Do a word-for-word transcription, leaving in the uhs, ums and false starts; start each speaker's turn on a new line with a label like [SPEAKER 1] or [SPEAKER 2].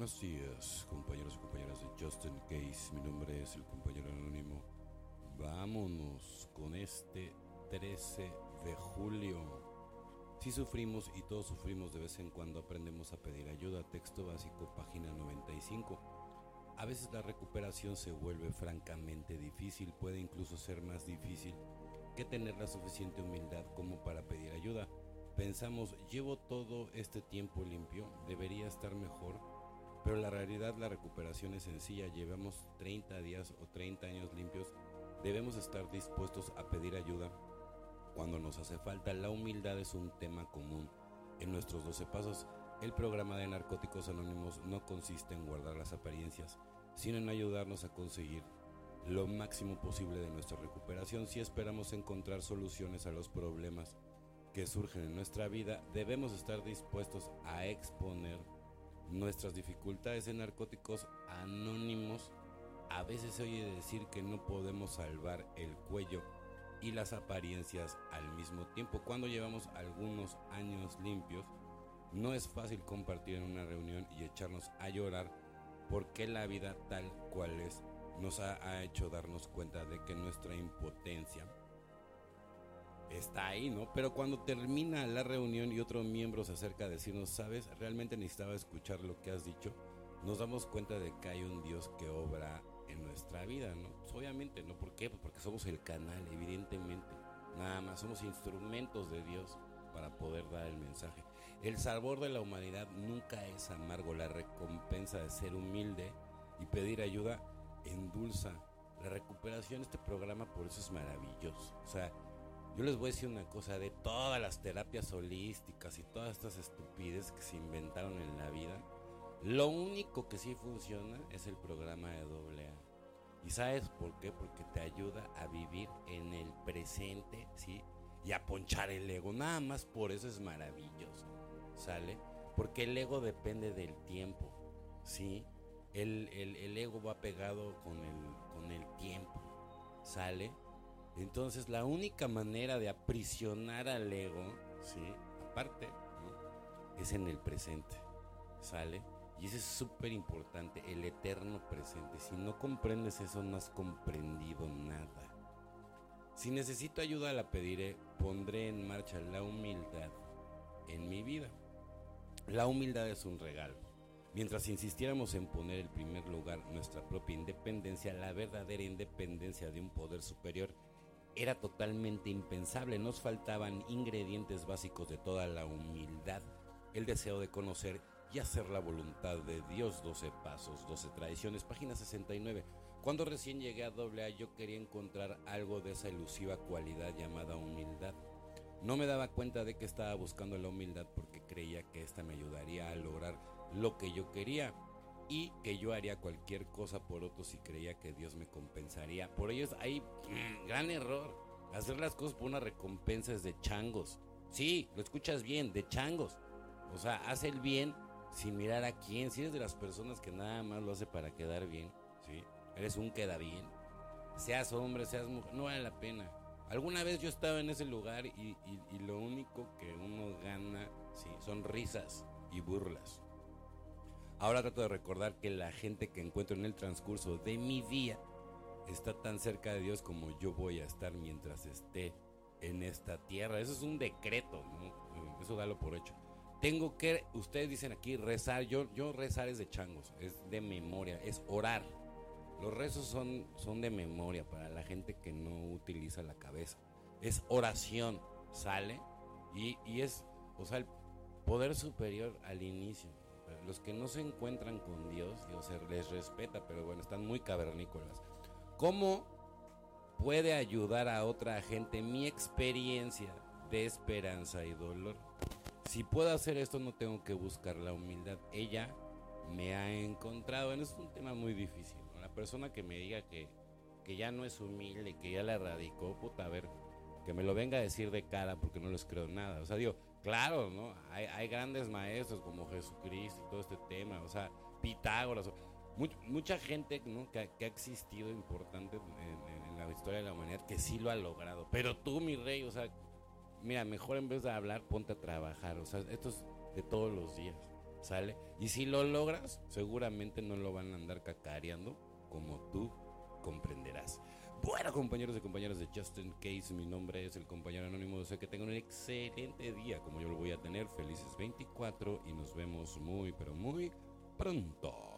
[SPEAKER 1] Buenos días, compañeros y compañeras de Justin Case. Mi nombre es el compañero anónimo. Vámonos con este trece de julio. Si sufrimos y todos sufrimos, de vez en cuando aprendemos a pedir ayuda. Texto básico, página noventa y cinco. A veces la recuperación se vuelve francamente difícil. Puede incluso ser más difícil que tener la suficiente humildad como para pedir ayuda. Pensamos, llevo todo este tiempo limpio, debería estar mejor. Pero la realidad, la recuperación es sencilla. Llevamos treinta días o treinta años limpios. Debemos estar dispuestos a pedir ayuda cuando nos hace falta. La humildad es un tema común en nuestros doce pasos. El programa de Narcóticos Anónimos no consiste en guardar las apariencias, sino en ayudarnos a conseguir lo máximo posible de nuestra recuperación. Si esperamos encontrar soluciones a los problemas que surgen en nuestra vida, debemos estar dispuestos a exponer nuestras dificultades. En Narcóticos Anónimos a veces se oye decir que no podemos salvar el cuello y las apariencias al mismo tiempo. Cuando llevamos algunos años limpios, no es fácil compartir en una reunión y echarnos a llorar porque la vida tal cual es nos ha, ha hecho darnos cuenta de que nuestra impotencia está ahí, ¿no? Pero cuando termina la reunión y otro miembro se acerca a decirnos, ¿sabes? Realmente necesitaba escuchar lo que has dicho. Nos damos cuenta de que hay un Dios que obra en nuestra vida, ¿no? Pues obviamente, ¿no? ¿Por qué? Pues porque somos el canal, evidentemente. Nada más, somos instrumentos de Dios para poder dar el mensaje. El sabor de la humanidad nunca es amargo. La recompensa de ser humilde y pedir ayuda endulza la recuperación. Este programa por eso es maravilloso. O sea, yo les voy a decir una cosa, de todas las terapias holísticas y todas estas estupideces que se inventaron en la vida, lo único que sí funciona es el programa de doble A. ¿Y sabes por qué? Porque te ayuda a vivir en el presente, ¿sí? Y a ponchar el ego. Nada más por eso es maravilloso, ¿sale? Porque el ego depende del tiempo, ¿sí? El, el, el ego va pegado con el, con el tiempo, ¿sale? Entonces la única manera de aprisionar al ego, ¿sí? Aparte, ¿no? Es en el presente, ¿sale? Y eso es súper importante, el eterno presente. Si no comprendes eso, no has comprendido nada. Si necesito ayuda, la pediré. Pondré en marcha la humildad en mi vida. La humildad es un regalo. Mientras insistiéramos en poner en primer lugar nuestra propia independencia, la verdadera independencia de un poder superior era totalmente impensable. Nos faltaban ingredientes básicos de toda la humildad: el deseo de conocer y hacer la voluntad de Dios. doce pasos, doce tradiciones, página sesenta y nueve. Cuando recién llegué a doble A, yo quería encontrar algo de esa elusiva cualidad llamada humildad. No me daba cuenta de que estaba buscando la humildad porque creía que esta me ayudaría a lograr lo que yo quería, y que yo haría cualquier cosa por otros y creía que Dios me compensaría. Por ello hay mmm, gran error. Hacer las cosas por una recompensa es de changos. Sí, lo escuchas bien, de changos. O sea, haz el bien sin mirar a quién. Si eres de las personas que nada más lo hace para quedar bien, ¿sí? Eres un queda bien. Seas hombre, seas mujer, no vale la pena. Alguna vez yo estaba en ese lugar y, y, y lo único que uno gana, ¿sí?, son risas y burlas. Ahora trato de recordar que la gente que encuentro en el transcurso de mi día está tan cerca de Dios como yo voy a estar mientras esté en esta tierra. Eso es un decreto, ¿no? Eso dalo por hecho. Tengo que, ustedes dicen aquí, rezar. Yo, yo rezar es de changos, es de memoria, es orar. Los rezos son, son de memoria para la gente que no utiliza la cabeza. Es oración, ¿sale? Y, y es, o sea, el poder superior al inicio. Los que no se encuentran con Dios, Dios les respeta, pero bueno, están muy cavernícolas. ¿Cómo puede ayudar a otra gente mi experiencia de esperanza y dolor? Si puedo hacer esto, no tengo que buscar la humildad. Ella me ha encontrado. Es un tema muy difícil, ¿no? La persona que me diga que, que ya no es humilde, que ya la erradicó, puta, a ver, que me lo venga a decir de cara, porque no les creo nada. O sea, digo, claro, ¿no? Hay, hay grandes maestros como Jesucristo y todo este tema, o sea, Pitágoras, o, much, mucha gente, ¿no?, que, que ha existido importante en, en, en la historia de la humanidad, que sí lo ha logrado. Pero tú, mi rey, o sea, mira, mejor en vez de hablar, ponte a trabajar. O sea, esto es de todos los días. ¿Sale? Y si lo logras, seguramente no lo van a andar cacareando como tú comprenderás. Bueno, compañeros y compañeras de Just In Case, mi nombre es el compañero anónimo. Deseo que tengan un excelente día como yo lo voy a tener. Felices veinticuatro y nos vemos muy, pero muy pronto.